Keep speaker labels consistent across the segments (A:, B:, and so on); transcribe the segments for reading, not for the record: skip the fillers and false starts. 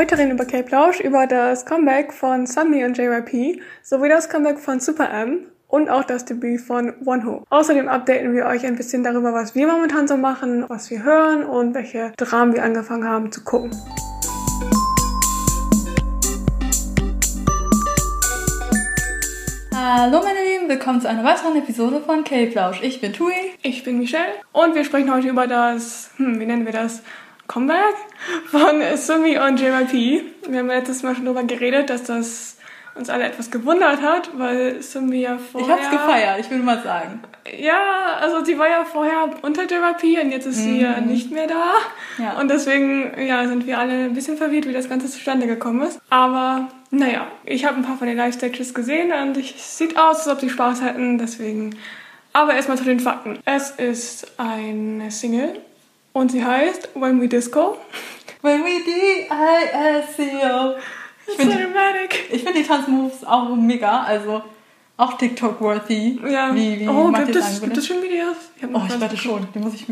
A: Heute reden wir über K-Plausch, über das Comeback von Sunmi und JYP, sowie das Comeback von Super M und auch das Debüt von Wonho. Außerdem updaten wir euch ein bisschen darüber, was wir momentan so machen, was wir hören und welche Dramen wir angefangen haben zu gucken.
B: Hallo meine Lieben, willkommen zu einer weiteren Episode von K-Plausch. Ich bin Tui.
A: Ich bin Michelle und wir sprechen heute über das, wie nennen wir das? Comeback von Sunmi und JYP. Wir haben letztes Mal schon darüber geredet, dass das uns alle etwas gewundert hat, weil Sunmi ja vorher...
B: Ich hab's gefeiert, ich will mal sagen.
A: Ja, also sie war ja vorher unter JYP und jetzt ist sie ja nicht mehr da. Ja. Und deswegen sind wir alle ein bisschen verwirrt, wie das Ganze zustande gekommen ist. Aber naja, ich habe ein paar von den Live-Stages gesehen und es sieht aus, als ob sie Spaß hatten, deswegen... Aber erstmal zu den Fakten. Es ist eine Single und sie heißt When We Disco.
B: When We D-I-S-C-O. Ich finde die Tanzmoves auch mega, also auch TikTok-worthy.
A: Ja.
B: Wie
A: gibt es schon Videos?
B: Ich warte schon, die muss ich...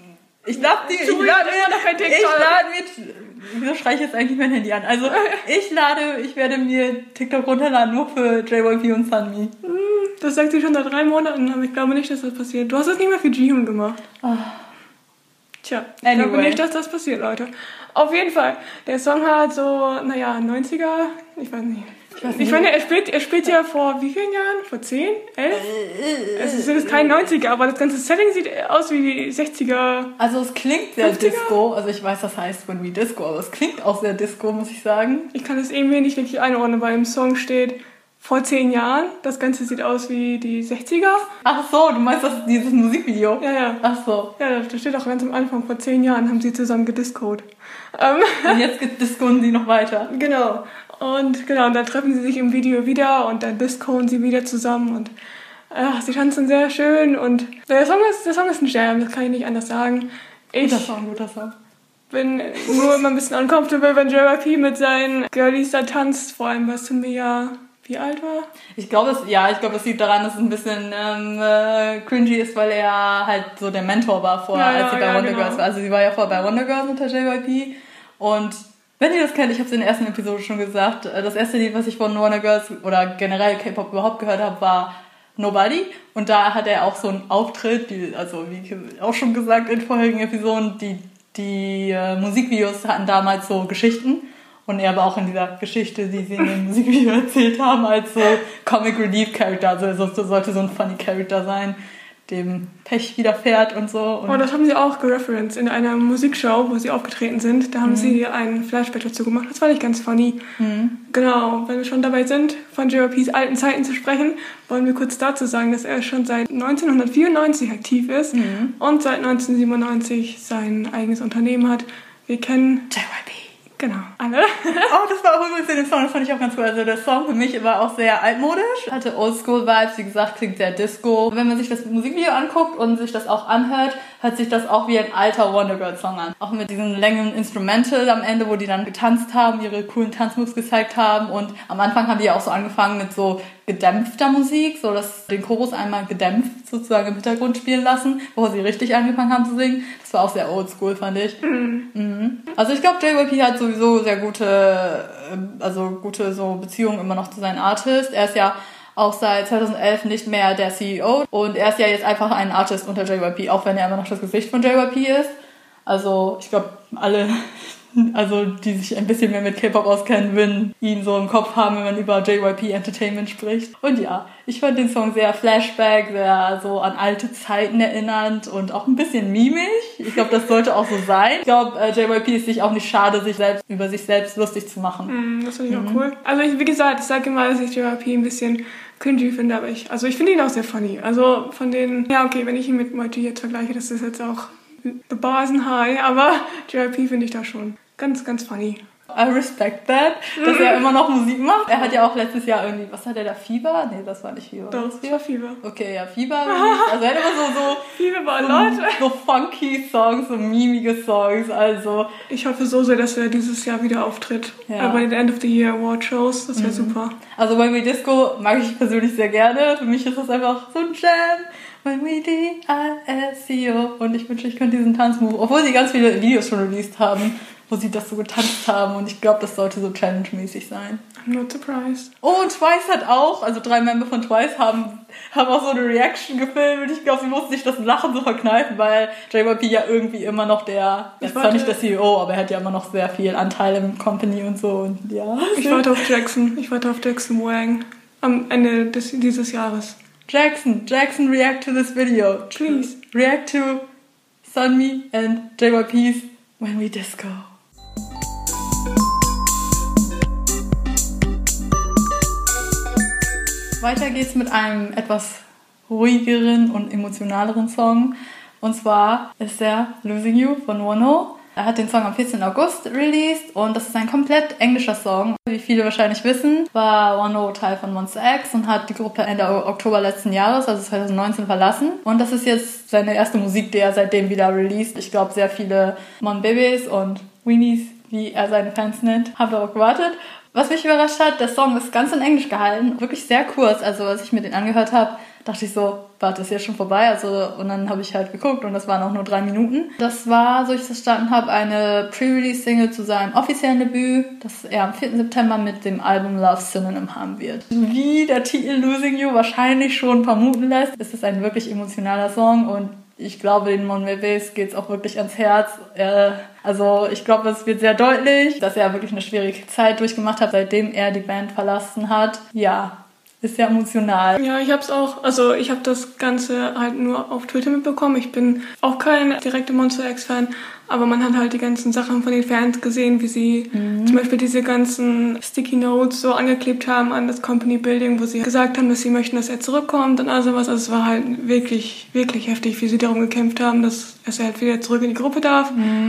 B: Wieso schreie ich jetzt eigentlich mein Handy an? Also, ich werde mir TikTok runterladen, nur für JYP und Sunmi.
A: Das sagt sie schon seit 3 Monaten, aber ich glaube nicht, dass das passiert. Du hast das nicht mehr für Jihoon gemacht. Tja, ich glaube nicht, dass das passiert, Leute. Auf jeden Fall, der Song hat so, 90er, ich weiß nicht. Ich meine, er spielt ja vor wie vielen Jahren? Vor 10? 11? Es ist kein 90er, aber das ganze Setting sieht aus wie die 60er.
B: Also es klingt sehr
A: 50er?
B: Disco, also ich weiß, das heißt When We Disco, aber es klingt auch sehr Disco, muss ich sagen.
A: Ich kann es irgendwie nicht wirklich einordnen, weil im Song steht vor 10 Jahren. Das Ganze sieht aus wie die 60er.
B: Ach so, du meinst dieses Musikvideo?
A: Ja.
B: Ach so.
A: Ja, da steht auch ganz am Anfang, vor 10 Jahren haben sie zusammen gediscoed.
B: Und jetzt discoen sie noch weiter.
A: Genau. Und dann treffen sie sich im Video wieder und dann discoen sie wieder zusammen und sie tanzen sehr schön und der Song ist ein Jam, das kann ich nicht anders sagen.
B: Guter Song.
A: Bin nur immer ein bisschen uncomfortable, wenn JYP mit seinen Girlies da tanzt, vor allem was Sunmi ja wie alt war?
B: Ich glaube, es liegt daran, dass es ein bisschen cringy ist, weil er halt so der Mentor war vorher, als sie bei Wonder Girls war. Also sie war ja vorher bei Wonder Girls unter JYP und wenn ihr das kennt, ich habe es in der ersten Episode schon gesagt, das erste Lied, was ich von Wonder Girls oder generell K-Pop überhaupt gehört habe, war Nobody. Und da hat er auch so einen Auftritt, wie auch schon gesagt in vorherigen Episoden, die Musikvideos hatten damals so Geschichten. Und er war auch in dieser Geschichte, die sie in dem Musikvideo erzählt haben, als so Comic Relief Character. Also er sollte so ein funny Character sein, dem Pech widerfährt und so. Und
A: das haben sie auch gereferenced in einer Musikshow, wo sie aufgetreten sind. Da haben sie einen Flashback dazu gemacht. Das fand ich ganz funny. Genau, wenn wir schon dabei sind, von JYPs alten Zeiten zu sprechen, wollen wir kurz dazu sagen, dass er schon seit 1994 aktiv ist und seit 1997 sein eigenes Unternehmen hat. Wir kennen
B: JYP.
A: Genau, alle.
B: Das war auch übrigens in dem Song, das fand ich auch ganz cool. Also der Song für mich war auch sehr altmodisch, hatte Oldschool-Vibes, wie gesagt, klingt sehr Disco. Wenn man sich das Musikvideo anguckt und sich das auch anhört, hört sich das auch wie ein alter Wonder Girls Song an. Auch mit diesem längeren Instrumental am Ende, wo die dann getanzt haben, ihre coolen Tanzmoves gezeigt haben. Und am Anfang haben die ja auch so angefangen mit so gedämpfter Musik, so dass den Chorus einmal gedämpft sozusagen im Hintergrund spielen lassen, bevor sie richtig angefangen haben zu singen. Das war auch sehr oldschool, fand ich. Also ich glaube, JYP hat sowieso sehr gute so Beziehungen immer noch zu seinen Artists. Er ist ja auch seit 2011 nicht mehr der CEO und er ist ja jetzt einfach ein Artist unter JYP, auch wenn er immer noch das Gesicht von JYP ist. Also ich glaube, alle, die sich ein bisschen mehr mit K-Pop auskennen, würden ihn so im Kopf haben, wenn man über JYP Entertainment spricht. Und ja, ich fand den Song sehr Flashback, sehr so an alte Zeiten erinnernd und auch ein bisschen mimisch. Ich glaube, das sollte auch so sein. Ich glaube, JYP ist sich auch nicht schade, über sich selbst lustig zu machen.
A: Das finde ich auch cool. Also wie gesagt, ich sage immer, dass ich JYP ein bisschen cringy finde, aber ich finde ihn auch sehr funny. Also von den, wenn ich ihn mit Moji jetzt vergleiche, das ist jetzt auch the bar is high, aber JYP finde ich da schon ganz, ganz funny.
B: I respect that, dass er immer noch Musik macht. Er hat ja auch letztes Jahr irgendwie, was hat er da, Fieber? Nee, das war nicht Fieber.
A: Doch, das war Fieber.
B: Okay, ja, Fieber. Also er hat immer so
A: Fieber war laut.
B: So funky Songs, so mimige Songs, also.
A: Ich hoffe so sehr, dass er dieses Jahr wieder auftritt.
B: Ja.
A: Bei den End of the Year Award Shows, das wäre super.
B: Also When We Disco mag ich persönlich sehr gerne. Für mich ist das einfach so ein Jam. When We D-I-S-C-O. Und ich wünsche, ich könnte diesen Tanzmove, obwohl sie ganz viele Videos schon released haben, wo sie das so getanzt haben. Und ich glaube, das sollte so challenge-mäßig sein.
A: I'm not surprised.
B: Oh, und Twice hat auch, also 3 Member von Twice haben auch so eine Reaction gefilmt. Und ich glaube, sie mussten sich das Lachen so verkneifen, weil JYP ja irgendwie immer noch ist zwar nicht der CEO, aber er hat ja immer noch sehr viel Anteil im Company und so. Und ja.
A: Ich warte auf Jackson. Ich warte auf Jackson Wang am Ende dieses Jahres.
B: Jackson, react to this video.
A: Please.
B: React to Sunmi and JYP's When We Disco. Weiter geht's mit einem etwas ruhigeren und emotionaleren Song. Und zwar ist der Losing You von Wonho. Er hat den Song am 14. August released und das ist ein komplett englischer Song. Wie viele wahrscheinlich wissen, war Wonho Teil von Monsta X und hat die Gruppe Ende Oktober letzten Jahres, also 2019, verlassen. Und das ist jetzt seine erste Musik, die er seitdem wieder released. Ich glaube, sehr viele Monbebes und Weenies, wie er seine Fans nennt, haben darauf gewartet. Was mich überrascht hat, der Song ist ganz in Englisch gehalten, wirklich sehr kurz. Also als ich mir den angehört habe, dachte ich so, warte, ist jetzt schon vorbei? Und dann habe ich halt geguckt und das waren auch nur 3 Minuten. Das war, so ich es verstanden habe, eine Pre-Release-Single zu seinem offiziellen Debüt, das er am 4. September mit dem Album Love Synonym haben wird. Wie der Titel Losing You wahrscheinlich schon vermuten lässt, ist es ein wirklich emotionaler Song und ich glaube, den Monbebes geht es auch wirklich ans Herz. Also ich glaube, es wird sehr deutlich, dass er wirklich eine schwierige Zeit durchgemacht hat, seitdem er die Band verlassen hat. Ja, ist sehr emotional.
A: Ja, ich habe das Ganze halt nur auf Twitter mitbekommen. Ich bin auch kein direkter Monsta X-Fan, aber man hat halt die ganzen Sachen von den Fans gesehen, wie sie zum Beispiel diese ganzen Sticky Notes so angeklebt haben an das Company Building, wo sie gesagt haben, dass sie möchten, dass er zurückkommt und all sowas. Also es war halt wirklich, wirklich heftig, wie sie darum gekämpft haben, dass er halt wieder zurück in die Gruppe darf.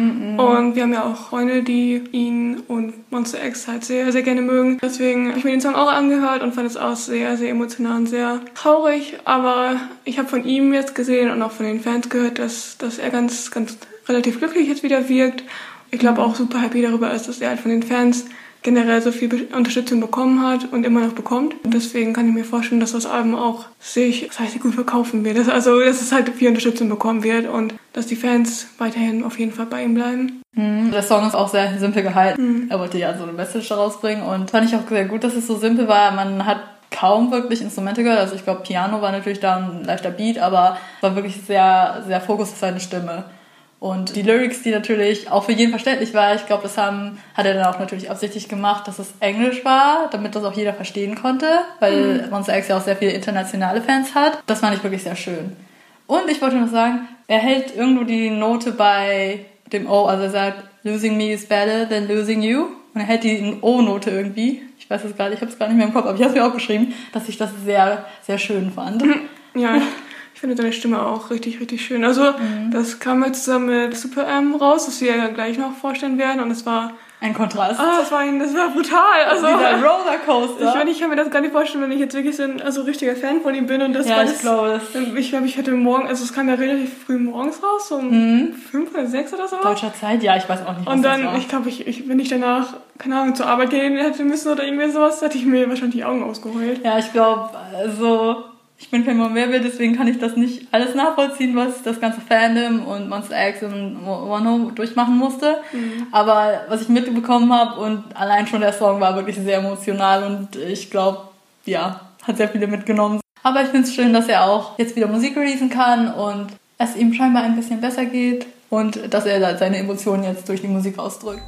A: Und wir haben ja auch Freunde, die ihn und Monsta X halt sehr, sehr gerne mögen. Deswegen habe ich mir den Song auch angehört und fand es auch sehr, sehr emotional und sehr traurig. Aber ich habe von ihm jetzt gesehen und auch von den Fans gehört, dass er ganz, ganz relativ glücklich jetzt wieder wirkt. Ich glaube auch super happy darüber ist, dass er halt von den Fans generell so viel Unterstützung bekommen hat und immer noch bekommt. Und deswegen kann ich mir vorstellen, dass das Album auch sich gut verkaufen wird. Dass es halt viel Unterstützung bekommen wird und dass die Fans weiterhin auf jeden Fall bei ihm bleiben.
B: Der Song ist auch sehr simpel gehalten. Er wollte ja so eine Message rausbringen und fand ich auch sehr gut, dass es so simpel war. Man hat kaum wirklich Instrumente gehört. Also ich glaube, Piano war natürlich da ein leichter Beat, aber es war wirklich sehr, sehr Fokus auf seine Stimme. Und die Lyrics, die natürlich auch für jeden verständlich war, ich glaube, das hat er dann auch natürlich absichtlich gemacht, dass es Englisch war, damit das auch jeder verstehen konnte, weil Monsta X ja auch sehr viele internationale Fans hat. Das fand ich wirklich sehr schön. Und ich wollte noch sagen, er hält irgendwo die Note bei dem O, also er sagt, losing me is better than losing you. Und er hält die O-Note irgendwie. Ich weiß es gerade, ich habe es gar nicht mehr im Kopf, aber ich habe es mir auch geschrieben, dass ich das sehr, sehr schön fand.
A: Ja, ich finde deine Stimme auch richtig, richtig schön. Also, das kam jetzt zusammen mit Super M raus, das wir ja gleich noch vorstellen werden. Und es war
B: ein Kontrast.
A: Das war brutal. Also,
B: dieser Rollercoaster.
A: Ich kann mir das gar nicht vorstellen, wenn ich jetzt wirklich so ein richtiger Fan von ihm bin. Und das
B: ja,
A: war
B: ich glaube das.
A: Ich glaube, ich hatte morgen, also es kam ja relativ früh morgens raus, so um 5 oder 6 oder so.
B: Deutscher Zeit? Ja, ich weiß auch nicht, was
A: und dann,
B: das war.
A: ich glaube, wenn ich danach, keine Ahnung, zur Arbeit gehen hätte müssen oder irgendwie sowas, hätte ich mir wahrscheinlich die Augen ausgeheult.
B: Ja, ich glaube, also ich bin Fan von Monbebe, deswegen kann ich das nicht alles nachvollziehen, was das ganze Fandom und Monsta X und Wonho durchmachen musste. Aber was ich mitbekommen habe und allein schon der Song war wirklich sehr emotional und ich glaube, ja, hat sehr viele mitgenommen. Aber ich finde es schön, dass er auch jetzt wieder Musik releasen kann und es ihm scheinbar ein bisschen besser geht und dass er seine Emotionen jetzt durch die Musik ausdrückt.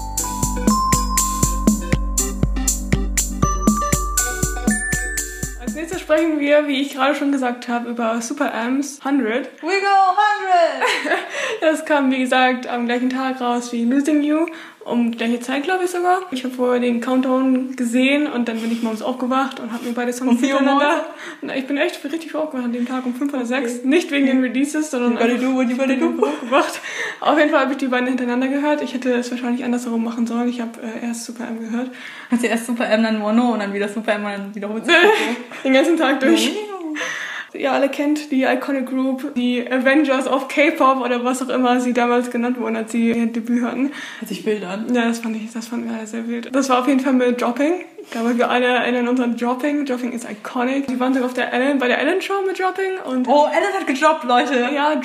A: Als nächstes sprechen wir, wie ich gerade schon gesagt habe, über Super M's 100.
B: We go 100!
A: Das kam, wie gesagt, am gleichen Tag raus wie Losing You. Um gleiche Zeit, glaube ich sogar. Ich habe vorher den Countdown gesehen und dann bin ich morgens aufgewacht und habe mir beide Songs hintereinander... Ich bin echt richtig aufgewacht an dem Tag um 5 oder 6. Okay. Nicht wegen den Releases, sondern aufgewacht. Auf jeden Fall habe ich die beiden hintereinander gehört. Ich hätte es wahrscheinlich andersherum machen sollen. Ich habe erst Super M gehört.
B: Hast du erst Super M, dann Wonho und dann wieder Super M und dann wiederholt sich
A: den ganzen Tag durch. Ihr alle kennt die Iconic Group, die Avengers of K-Pop oder was auch immer sie damals genannt wurden, als sie ihr Debüt hatten.
B: Hört sich wild an.
A: Ja, das fanden wir alle sehr wild. Das war auf jeden Fall mit Dropping. Ich glaube, wir alle erinnern uns an Dropping. Dropping ist iconic. Die waren sogar bei der Ellen Show mit Dropping. Und
B: Ellen hat gedroppt, Leute.
A: Ja, Drop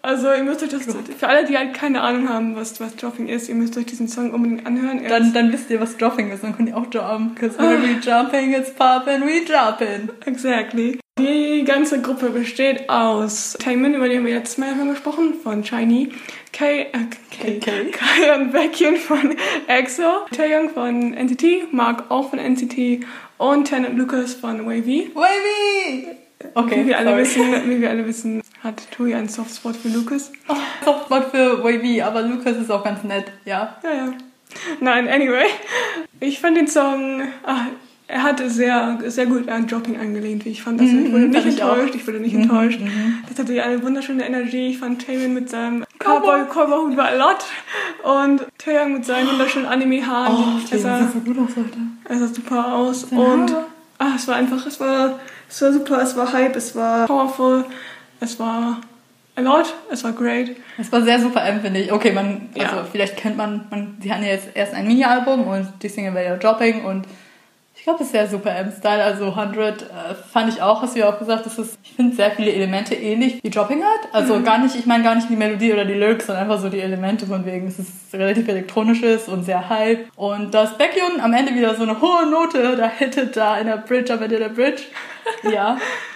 A: Also ihr müsst euch das, für alle, die halt keine Ahnung haben, was Dropping ist, ihr müsst euch diesen Song unbedingt anhören.
B: Dann wisst ihr, was Dropping ist, dann könnt ihr auch jumpen. Because when we jumping, it's poppin', we jumpin'.
A: Exactly. Die ganze Gruppe besteht aus Taemin, über den wir letztes Mal schon gesprochen, von SHINee, Kai und Baekhyun von EXO, Taeyong von NCT, Mark auch von NCT und Ten und Lucas von WayV.
B: Okay,
A: wie wir alle wissen, hat Tui einen Softspot für Lucas.
B: Oh, Softspot für WayV, aber Lucas ist auch ganz nett, ja.
A: Ja. Nein, anyway. Ich fand den Song, er hatte sehr, sehr gut an Dropping angelehnt, wie ich fand. Also ich wurde nicht enttäuscht. Das hatte ja eine wunderschöne Energie. Ich fand Taemin mit seinem Cowboy-Hut war a lot. Und Taeyong mit seinen wunderschönen Anime-Haaren.
B: Oh, das sieht so gut aus heute.
A: Er sah super aus. Und es war super, es war Hype, es war powerful, es war a lot, es war great.
B: Es war sehr super finde ich. Okay, vielleicht kennt man, sie hatten ja jetzt erst ein Mini-Album und die Single war ja Dropping und ich glaube, es ist sehr super M-Style, also 100 fand ich auch, hast du ja auch gesagt, ich finde sehr viele Elemente ähnlich wie Dropping hat, also gar nicht die Melodie oder die Lyrics, sondern einfach so die Elemente von wegen, es ist relativ elektronisches und sehr Hype und dass Baekhyun am Ende wieder so eine hohe Note da hittet, da in der Bridge, am Ende der Bridge, ja.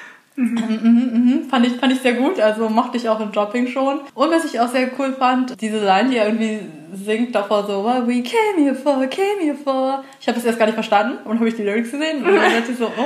B: Fand ich sehr gut, also mochte ich auch im Dropping schon. Und was ich auch sehr cool fand, diese Line, die er irgendwie singt davor so, what we came here for. Ich habe das erst gar nicht verstanden und habe ich die Lyrics gesehen und dann dachte ich so,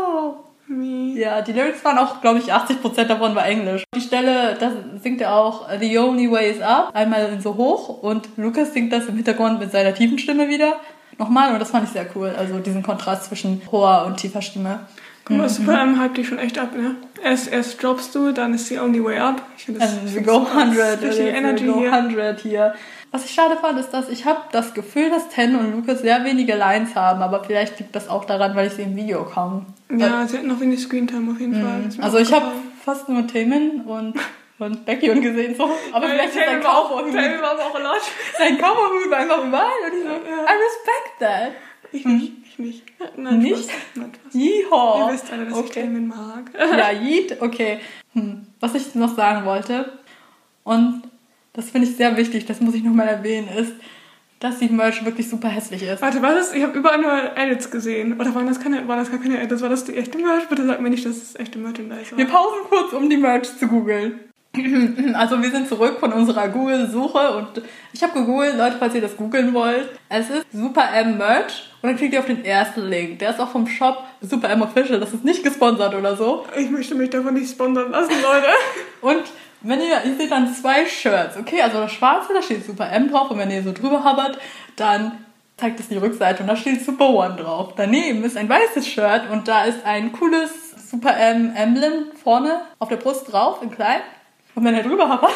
B: ja, die Lyrics waren auch, glaube ich, 80% davon war Englisch. Die Stelle, da singt er auch The Only Way is Up, einmal so hoch und Lucas singt das im Hintergrund mit seiner tiefen Stimme wieder. Nochmal und das fand ich sehr cool, also diesen Kontrast zwischen hoher und tiefer Stimme.
A: Guck mal, Super M hype dich schon echt ab, ne? Erst droppst du, dann ist the only way up. Ich finde das
B: we go 100,
A: richtig Energy
B: hier. 100 hier. Was ich schade fand, ist, dass ich habe das Gefühl, dass Ten und Lucas sehr wenige Lines haben, aber vielleicht liegt das auch daran, weil ich sie im Video kaum.
A: Ja, sie hatten noch wenig Screentime auf jeden Fall.
B: Also ich habe fast nur Taemin und Baekhyun gesehen, so. Aber vielleicht ist sein Cowboy-Hut.
A: Taemin war aber auch a lot.
B: Sein Cowboy-Hut war einfach überall und ich so, I respect that.
A: Ich nicht. Nein,
B: nicht? Yeehaw.
A: Ihr wisst alle, dass ich Taemin mag.
B: Ja, Yeet, okay. Was ich noch sagen wollte, und das finde ich sehr wichtig, das muss ich nochmal erwähnen, ist, dass die Merch wirklich super hässlich ist.
A: Warte, was ist? Ich habe überall nur Edits gesehen. Oder waren das gar keine Edits? War das die echte Merch? Bitte sag mir nicht, dass es echte Merchandise war.
B: Wir pausen kurz, um die Merch zu googeln. Also wir sind zurück von unserer Google-Suche und ich habe gegoogelt, Leute, falls ihr das googeln wollt. Es ist Super M Merch und dann klickt ihr auf den ersten Link. Der ist auch vom Shop Super M Official, das ist nicht gesponsert oder so.
A: Ich möchte mich davon nicht sponsern lassen, Leute.
B: Und wenn ihr seht dann 2 Shirts, okay, also das schwarze, da steht Super M drauf und wenn ihr so drüber habert, dann zeigt es die Rückseite und da steht Super One drauf. Daneben ist ein weißes Shirt und da ist ein cooles Super M Emblem vorne auf der Brust drauf, in klein. Und wenn ihr drüber habert,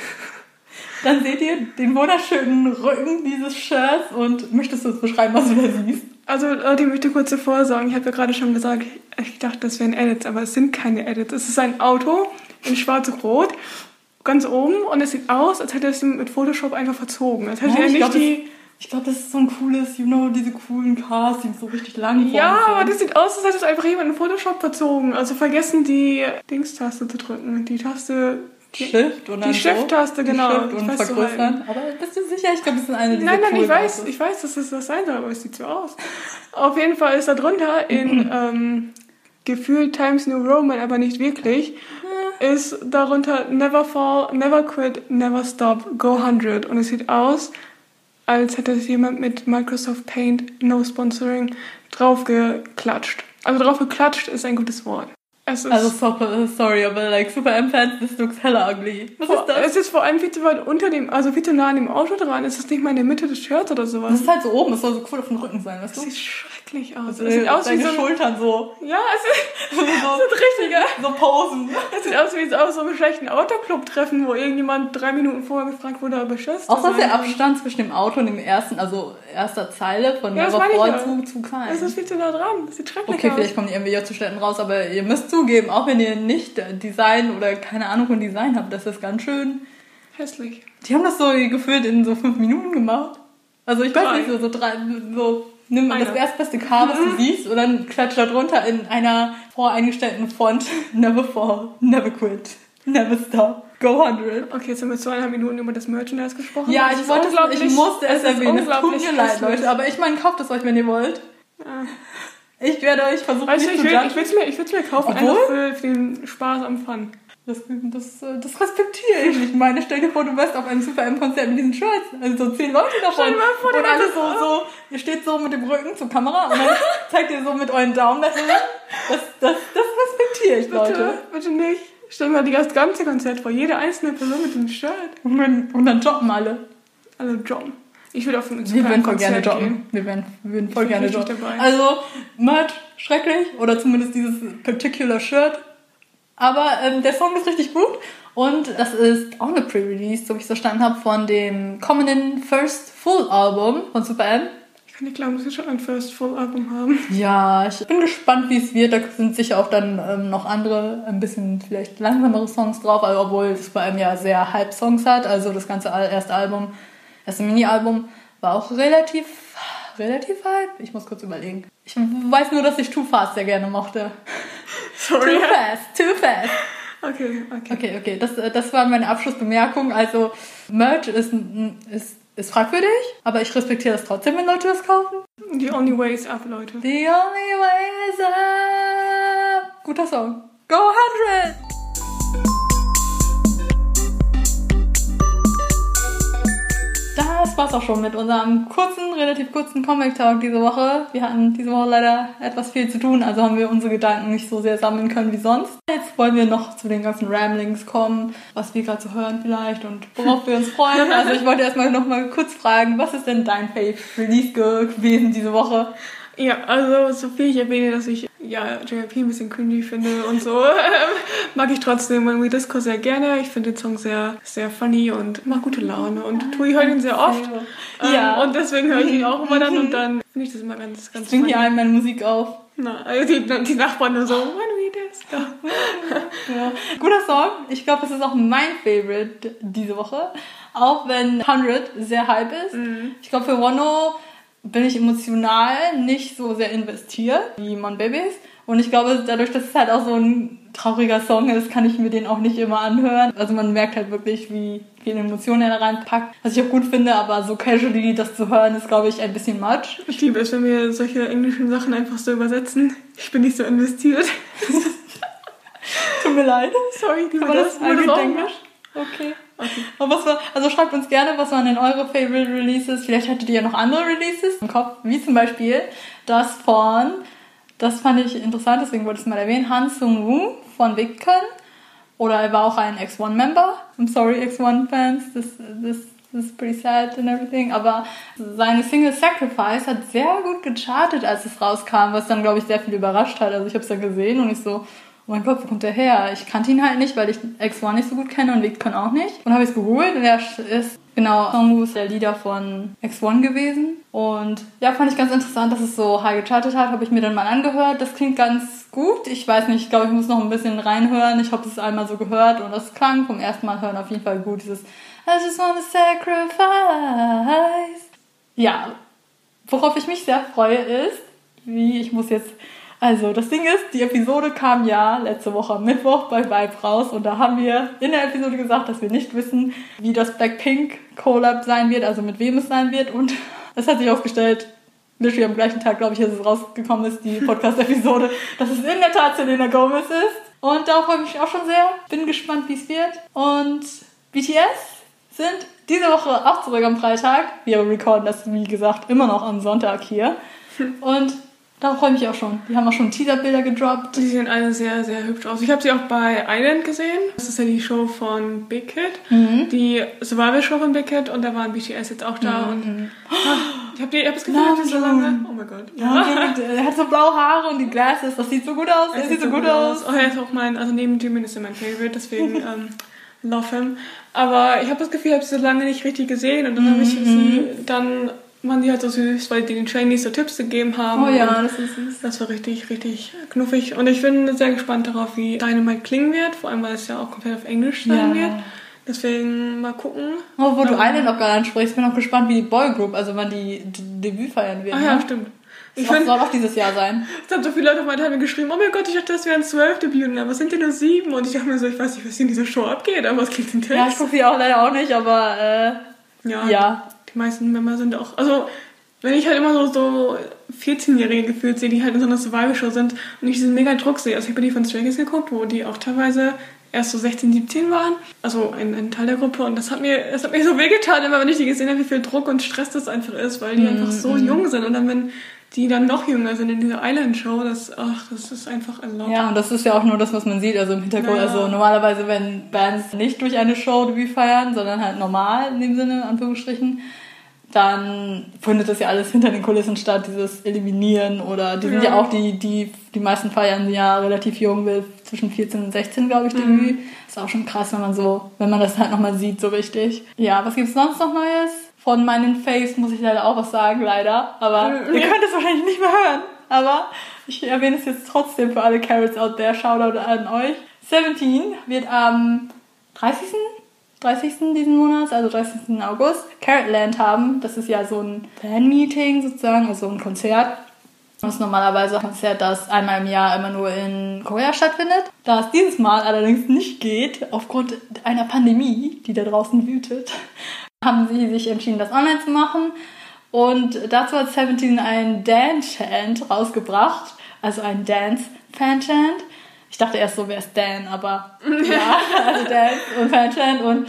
B: dann seht ihr den wunderschönen Rücken dieses Shirts und möchtest du uns beschreiben, was du da siehst?
A: Also Leute, ich möchte kurz davor sagen, ich habe ja gerade schon gesagt, ich dachte, das wären Edits, aber es sind keine Edits. Es ist ein Auto in schwarz-rot, ganz oben und es sieht aus, als hätte es mit Photoshop einfach verzogen. Als hätte
B: ich glaube, das ist so ein cooles, diese coolen Cars, die so richtig lang
A: Ja, aber das sieht aus, als hätte es einfach jemand in Photoshop verzogen. Also vergessen die Dingstaste zu drücken, die Taste...
B: Shift und dann
A: die Shift-Taste, genau.
B: Shift und vergrößern. Aber bist du sicher? Ich glaube, das sind eine dieser
A: Nein, ich weiß, dass es das sein soll, aber es sieht so aus. Auf jeden Fall ist da drunter in gefühlt Times New Roman, aber nicht wirklich, ist darunter Never Fall, Never Quit, Never Stop, Go 100. Und es sieht aus, als hätte es jemand mit Microsoft Paint, No Sponsoring, draufgeklatscht. Also draufgeklatscht ist ein gutes Wort.
B: Sorry, aber Super M-Fans, this looks hella ugly. Was ist das?
A: Es ist vor allem viel zu weit viel zu nah an dem Auto dran. Es ist nicht mal in der Mitte des Shirts oder sowas.
B: Das ist halt so oben, es soll so cool auf dem Rücken sein, weißt du?
A: Das sieht schrecklich aus.
B: Es sieht aus wie so Schultern so.
A: Ja, es ist richtig,
B: so Posen.
A: Es sieht aus wie aus so einem schlechten Autoclub-Treffen, wo irgendjemand 3 Minuten vorher gefragt wurde, ob er schüsst.
B: Auch dass der Abstand zwischen dem Auto und dem erster Zeile von Never Fall zu klein.
A: Es ist viel zu nah dran. Das sieht schrecklich aus.
B: Okay, vielleicht kommen die MWJ-Zuständen raus, aber ihr müsst zugeben, auch wenn ihr nicht Design oder keine Ahnung von Design habt, das ist ganz schön
A: hässlich.
B: Die haben das so gefühlt in so 5 Minuten gemacht. Also ich weiß nicht, nimm das erstbeste K, was du siehst, und dann klatscht da drunter in einer voreingestellten Font Never Fall, Never Quit. Never Stop. Go 100.
A: Okay, jetzt haben wir 2,5 Minuten über das Merchandise gesprochen.
B: Ja, ich musste es erwähnen. Es tut mir leid, Leute. Aber ich meine, kauft es euch, wenn ihr wollt. Ja. Ich werde euch versuchen,
A: nicht zu judgen. Ich würde es mir kaufen, einfach für den Spaß am Fun.
B: Das respektiere ich nicht. Meine, stell dir vor, du wärst auf einem Super M-Konzert mit diesen Shirts. Also so 10 Leute davon.
A: Stell dir mal vor,
B: und alles so, ihr steht so mit dem Rücken zur Kamera und dann zeigt ihr so mit euren Daumen dahin. Das respektiere ich, Leute.
A: Bitte nicht. Stell dir mal das ganze Konzert vor. Jede einzelne Person mit dem Shirt.
B: Und dann jobben alle.
A: Alle jobben. Ich würde auf ein
B: Wir würden voll gerne jobben. Wir würden voll gerne jobben. Also, Merch, schrecklich. Oder zumindest dieses particular Shirt. Aber der Song ist richtig gut. Und das ist auch eine Pre-Release, so wie ich es verstanden habe, von dem kommenden First Full Album von Super M.
A: Ich kann nicht glauben, dass wir schon ein First Full Album haben.
B: Ja, ich bin gespannt, wie es wird. Da sind sicher auch dann noch andere, ein bisschen vielleicht langsamere Songs drauf. Also, obwohl Super M ja sehr Hype-Songs hat. Also das ganze erste Mini-Album war auch relativ Hype. Ich muss kurz überlegen. Ich weiß nur, dass ich Too Fast sehr gerne mochte.
A: Sorry.
B: Too fast. Okay. Das war meine Abschlussbemerkung. Also, Merch ist fragwürdig, aber ich respektiere das trotzdem, wenn Leute das kaufen.
A: The only way is up, Leute.
B: The only way is up. Guter Song. Go 100! Das war's auch schon mit unserem relativ kurzen Comic Talk diese Woche. Wir hatten diese Woche leider etwas viel zu tun, also haben wir unsere Gedanken nicht so sehr sammeln können wie sonst. Jetzt wollen wir noch zu den ganzen Ramblings kommen, was wir gerade so hören vielleicht und worauf wir uns freuen. Also ich wollte erstmal noch mal kurz fragen, was ist denn dein Fave Release gewesen diese Woche?
A: Ja, also so viel ich erwähne, dass ich JYP ein bisschen cringy finde und so, mag ich trotzdem irgendwie Disco sehr gerne. Ich finde den Song sehr, sehr funny und macht gute Laune und ich höre ihn sehr oft. Und deswegen höre ich ihn auch immer dann und dann finde ich das immer ganz
B: funny. Bring hier allen meine Musik auf.
A: Also die Nachbarn nur so, when we disco.
B: Ja. Guter Song. Ich glaube, das ist auch mein Favorite diese Woche. Auch wenn 100 sehr hype ist. Ich glaube, für Wonho bin ich emotional nicht so sehr investiert wie Mon Babies. Und ich glaube, dadurch, dass es halt auch so ein trauriger Song ist, kann ich mir den auch nicht immer anhören. Also man merkt halt wirklich, wie viele Emotionen er da reinpackt. Was ich auch gut finde, aber so casually das zu hören, ist, glaube ich, ein bisschen much.
A: Ich liebe es, wenn wir solche englischen Sachen einfach so übersetzen. Ich bin nicht so investiert.
B: Tut mir leid.
A: Sorry,
B: aber das auch Englisch. Okay. Aber also schreibt uns gerne, was waren denn eure Favorite Releases? Vielleicht hattet ihr ja noch andere Releases im Kopf, wie zum Beispiel das fand ich interessant, deswegen wollte ich es mal erwähnen, Han Sung-woo von Vicon. Oder er war auch ein X1-Member. I'm sorry, X1-Fans, this is pretty sad and everything. Aber seine Single Sacrifice hat sehr gut gechartet, als es rauskam, was dann, glaube ich, sehr viel überrascht hat. Also ich habe es dann gesehen und ich so, oh mein Gott, wo kommt der her? Ich kannte ihn halt nicht, weil ich X1 nicht so gut kenne und Vicon auch nicht. Und habe ich es gegoogelt und er ist Song ist der Leader von X1 gewesen. Und ja, fand ich ganz interessant, dass es so high gechartet hat. Habe ich mir dann mal angehört. Das klingt ganz gut. Ich weiß nicht, ich glaube, ich muss noch ein bisschen reinhören. Ich habe es einmal so gehört und das klang vom ersten Mal hören auf jeden Fall gut. Dieses I just wanna sacrifice. Ja, worauf ich mich sehr freue ist, also, das Ding ist, die Episode kam ja letzte Woche am Mittwoch bei Vibe raus und da haben wir in der Episode gesagt, dass wir nicht wissen, wie das Blackpink-Collab sein wird, also mit wem es sein wird und es hat sich aufgestellt, literally am gleichen Tag, glaube ich, als es rausgekommen ist, die Podcast-Episode, dass es in der Tat Selena Gomez ist und darauf freue ich mich auch schon sehr, bin gespannt, wie es wird und BTS sind diese Woche auch zurück am Freitag, wir recorden das, wie gesagt, immer noch am Sonntag hier und darauf freue ich mich auch schon. Die haben auch schon Teaserbilder gedroppt.
A: Die sehen alle sehr, sehr hübsch aus. Ich habe sie auch bei Island gesehen. Das ist ja die Show von Big Hit. Die Survival-Show von Big Hit. Und da waren BTS jetzt auch da. Und ich habe es gesehen so lange. Oh mein Gott.
B: Ja. Er hat so blaue Haare und die Glasses. Das sieht so gut aus. Er sieht so gut aus.
A: Oh, er ist auch neben Jimin ist er mein Favorite. Deswegen love him. Aber ich habe das Gefühl, ich habe sie so lange nicht richtig gesehen. Und dann habe ich sie waren die halt so süß, weil die den Trainees so Tipps gegeben haben.
B: Oh ja, das ist süß.
A: Das war richtig, richtig knuffig. Und ich bin sehr gespannt darauf, wie Dynamite klingen wird. Vor allem, weil es ja auch komplett auf Englisch sein wird. Deswegen mal gucken.
B: Oh, wo du Island auch gerade ansprichst, bin auch gespannt, wie die Boygroup, also wann die Debüt feiern wird.
A: Ah ja, stimmt.
B: Soll auch dieses Jahr sein.
A: Es haben so viele Leute auf meiner Timeline geschrieben, oh mein Gott, ich dachte, das wären 12 Debüten, aber es sind ja nur 7. Und ich dachte mir so, ich weiß nicht, was hier in dieser Show abgeht, aber es klingt intensiv.
B: Ja, ich gucke sie auch leider auch nicht, aber
A: ja. Die meisten Member sind auch, also wenn ich halt immer so 14-Jährige gefühlt sehe, die halt in so einer Survival-Show sind und ich diesen mega Druck sehe. Also ich habe die von Stray Kids geguckt, wo die auch teilweise erst so 16, 17 waren. Also ein Teil der Gruppe. Und das hat mir so wehgetan, immer wenn ich die gesehen habe, wie viel Druck und Stress das einfach ist, weil die einfach so jung sind. Und dann, wenn die dann noch jünger sind in dieser Island-Show, das ist einfach erlaubt.
B: Ja, und das ist ja auch nur das, was man sieht, also im Hintergrund. Ja. Also normalerweise, wenn Bands nicht durch eine Show Debüt feiern, sondern halt normal in dem Sinne, in Anführungsstrichen, dann findet das ja alles hinter den Kulissen statt, dieses Eliminieren oder die sind ja auch die meisten feiern ja relativ jung, zwischen 14 und 16, glaube ich, Debüt. Ist auch schon krass, wenn man das halt nochmal sieht, so richtig. Ja, was gibt's sonst noch Neues? Von meinen Faves muss ich leider auch was sagen, leider. Aber ihr könnt es wahrscheinlich nicht mehr hören. Aber ich erwähne es jetzt trotzdem für alle Carrots out there. Shoutout an euch. 17 wird am 30. diesen Monats, also 30. August, Carrotland haben. Das ist ja so ein Fan-Meeting sozusagen, also ein Konzert. Das ist normalerweise ein Konzert, das einmal im Jahr immer nur in Korea stattfindet. Da es dieses Mal allerdings nicht geht, aufgrund einer Pandemie, die da draußen wütet, haben sie sich entschieden, das online zu machen. Und dazu hat 17 ein Dance-Chant rausgebracht, also ein Dance-Fan-Chant. Ich dachte erst so, wer ist Dan, aber ja, also Dance und Fan-Chant und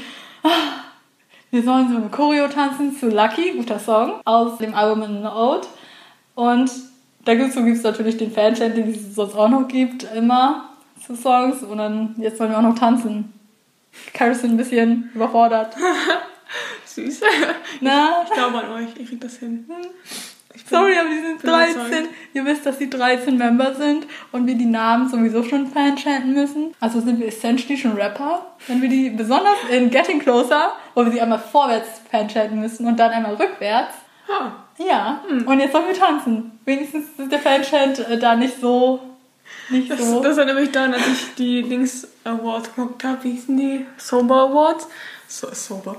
B: wir sollen so eine Choreo tanzen zu Lucky, guter Song, aus dem Album In the Ode. Und dazu gibt es natürlich den Fan-Chant, den es sonst auch noch gibt, immer zu Songs. Und dann, jetzt wollen wir auch noch tanzen. Carrie ist ein bisschen überfordert.
A: Süß.
B: Na?
A: Ich glaube an euch, ihr kriegt das hin.
B: Sorry, aber die sind 13. Ihr wisst, dass die 13 Member sind und wir die Namen sowieso schon fanchanten müssen. Also sind wir essentially schon Rapper. Wenn wir die, besonders in Getting Closer, wo wir sie einmal vorwärts fanchanten müssen und dann einmal rückwärts. Ja, und jetzt sollen wir tanzen. Wenigstens ist der Fanchant da nicht so...
A: Das erinnert mich daran, als ich die Dings Awards geguckt habe. Wie hießen die? Sober Awards? Sober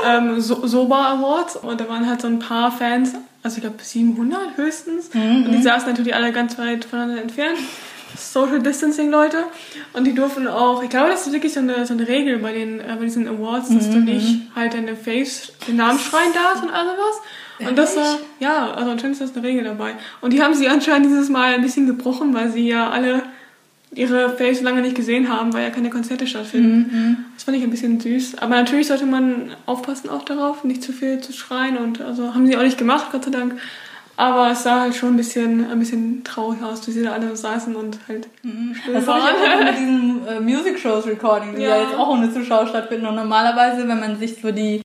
A: Awards. Und da waren halt so ein paar Fans, also ich glaube 700 höchstens. Und die saßen natürlich alle ganz weit voneinander entfernt. Social Distancing Leute. Und die durften auch, ich glaube, das ist wirklich so eine Regel bei diesen Awards, dass du nicht halt deine Face, den Namen schreien darfst und all sowas. Und das war, ja, also anscheinend ist das eine Regel dabei. Und die haben sie anscheinend dieses Mal ein bisschen gebrochen, weil sie ja alle ihre Faves lange nicht gesehen haben, weil ja keine Konzerte stattfinden. Das fand ich ein bisschen süß. Aber natürlich sollte man aufpassen auch darauf, nicht zu viel zu schreien. Und also haben sie auch nicht gemacht, Gott sei Dank. Aber es sah halt schon ein bisschen traurig aus, wie sie da alle saßen und halt
B: das habe ich auch mit diesen Music-Shows-Recording, die ja jetzt auch ohne Zuschauer stattfinden. Und normalerweise, wenn man sich so die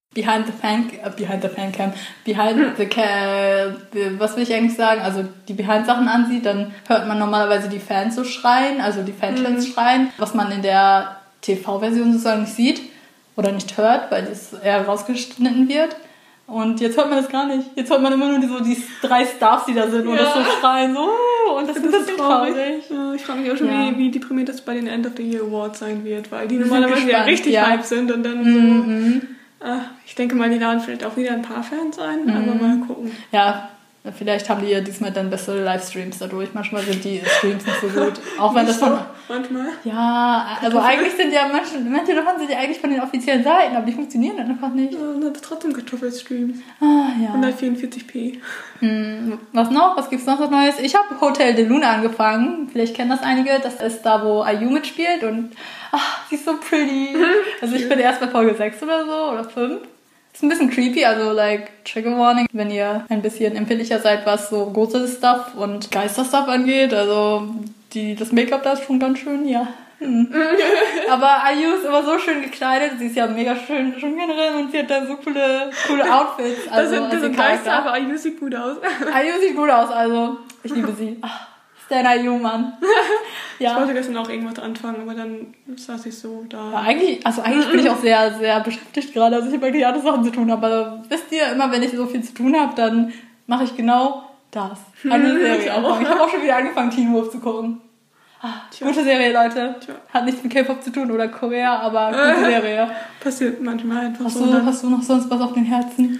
B: was will ich eigentlich sagen? Also die Behind-Sachen ansieht, dann hört man normalerweise die Fans so schreien, also die Fanchants schreien, was man in der TV-Version sozusagen nicht sieht oder nicht hört, weil es eher rausgeschnitten wird. Und jetzt hört man das gar nicht. Jetzt hört man immer nur die 3 Stars, die da sind und das so schreien. So, und das ist ein bisschen traurig.
A: Ja, ich frage mich auch schon, wie deprimiert das bei den End of the Year Awards sein wird, weil die normalerweise ja richtig hype sind und dann so... ich denke mal, die laden vielleicht auch wieder ein paar Fans ein, aber mal gucken.
B: Ja, vielleicht haben die ja diesmal dann bessere Livestreams dadurch. Manchmal sind die Streams nicht so gut. Auch wenn das von...
A: Manchmal?
B: Ja, also eigentlich sind ja manche davon sind ja eigentlich von den offiziellen Seiten, aber die funktionieren dann einfach nicht.
A: Ja, trotzdem Kartoffelstreams.
B: Ja.
A: 144p.
B: Was noch? Was gibt's noch was Neues? Ich habe Hotel de Luna angefangen. Vielleicht kennen das einige. Das ist da, wo IU mitspielt und sie ist so pretty. Also ich bin erst bei Folge 6 oder so oder 5. Ist ein bisschen creepy, also Trigger Warning, wenn ihr ein bisschen empfindlicher seid, was so Ghost-Stuff und Geister-Stuff angeht. Also das Make-up da ist schon ganz schön, ja. Aber IU ist immer so schön gekleidet, sie ist ja mega schön generell und sie hat da so coole Outfits. Also,
A: das sind Geister, aber IU sieht gut aus.
B: IU sieht gut aus, also ich liebe sie. Stan IU, Mann.
A: Ja. Ich wollte gestern auch irgendwas anfangen, aber dann saß ich so da.
B: Ja, eigentlich bin ich auch sehr, sehr beschäftigt gerade. Also ich habe eigentlich andere Sachen zu tun. Aber wisst ihr, immer wenn ich so viel zu tun habe, dann mache ich genau das. Eine Serie anfangen. Ich habe auch schon wieder angefangen, Teen Wolf zu gucken. Gute Serie, Leute. Hat nichts mit K-Pop zu tun oder Korea, aber gute Serie.
A: Passiert manchmal einfach
B: so. Hast du noch sonst was auf den Herzen?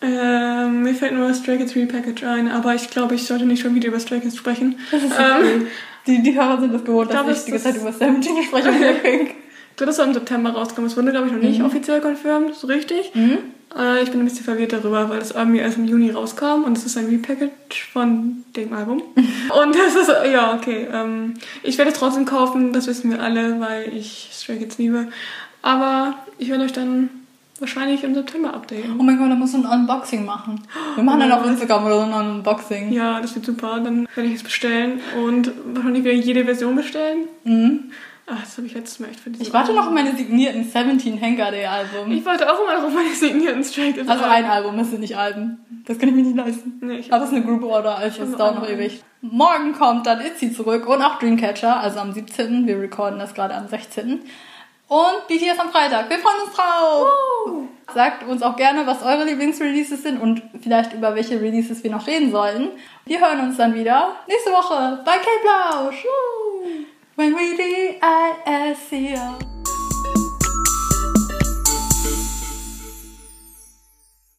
A: Mir fällt nur Stray Kids Repackage ein, aber ich glaube, ich sollte nicht schon wieder über Stray Kids sprechen.
B: Das ist okay. Die Hörer sind das gewohnt, dass ich die ganze Zeit über 17 spreche und Blackpink.
A: Das soll im September rauskommen. Es wurde, glaube ich, noch nicht offiziell confirmed, so richtig. Ich bin ein bisschen verwirrt darüber, weil das Album erst im Juni rauskam und es ist ein Repackage von dem Album. Und das ist, ja, okay. Ich werde es trotzdem kaufen, das wissen wir alle, weil ich Stray Kids liebe. Aber ich werde euch dann wahrscheinlich im September updaten.
B: Oh mein Gott, da musst du ein Unboxing machen. Wir machen dann auf Instagram oder so ein Unboxing.
A: Ja, das wird super. Dann werde ich es bestellen und wahrscheinlich wieder jede Version bestellen. Ach, das habe ich letztes Mal echt verdient.
B: Ich warte noch auf meine signierten 17 Hangar Day Album.
A: Ich warte auch immer noch auf meine signierten Stray Kids.
B: Also ein Album, das sind nicht Alben. Das kann ich mir nicht leisten.
A: Nee,
B: aber es ist eine Group Order, also es dauert noch ewig. Morgen kommt dann ITZY zurück und auch Dreamcatcher, also am 17. Wir recorden das gerade am 16. Und BTS am Freitag. Wir freuen uns drauf! Sagt uns auch gerne, was eure Lieblingsreleases sind und vielleicht über welche Releases wir noch reden sollten. Wir hören uns dann wieder nächste Woche bei K-Plausch. When we D-I-S-C-O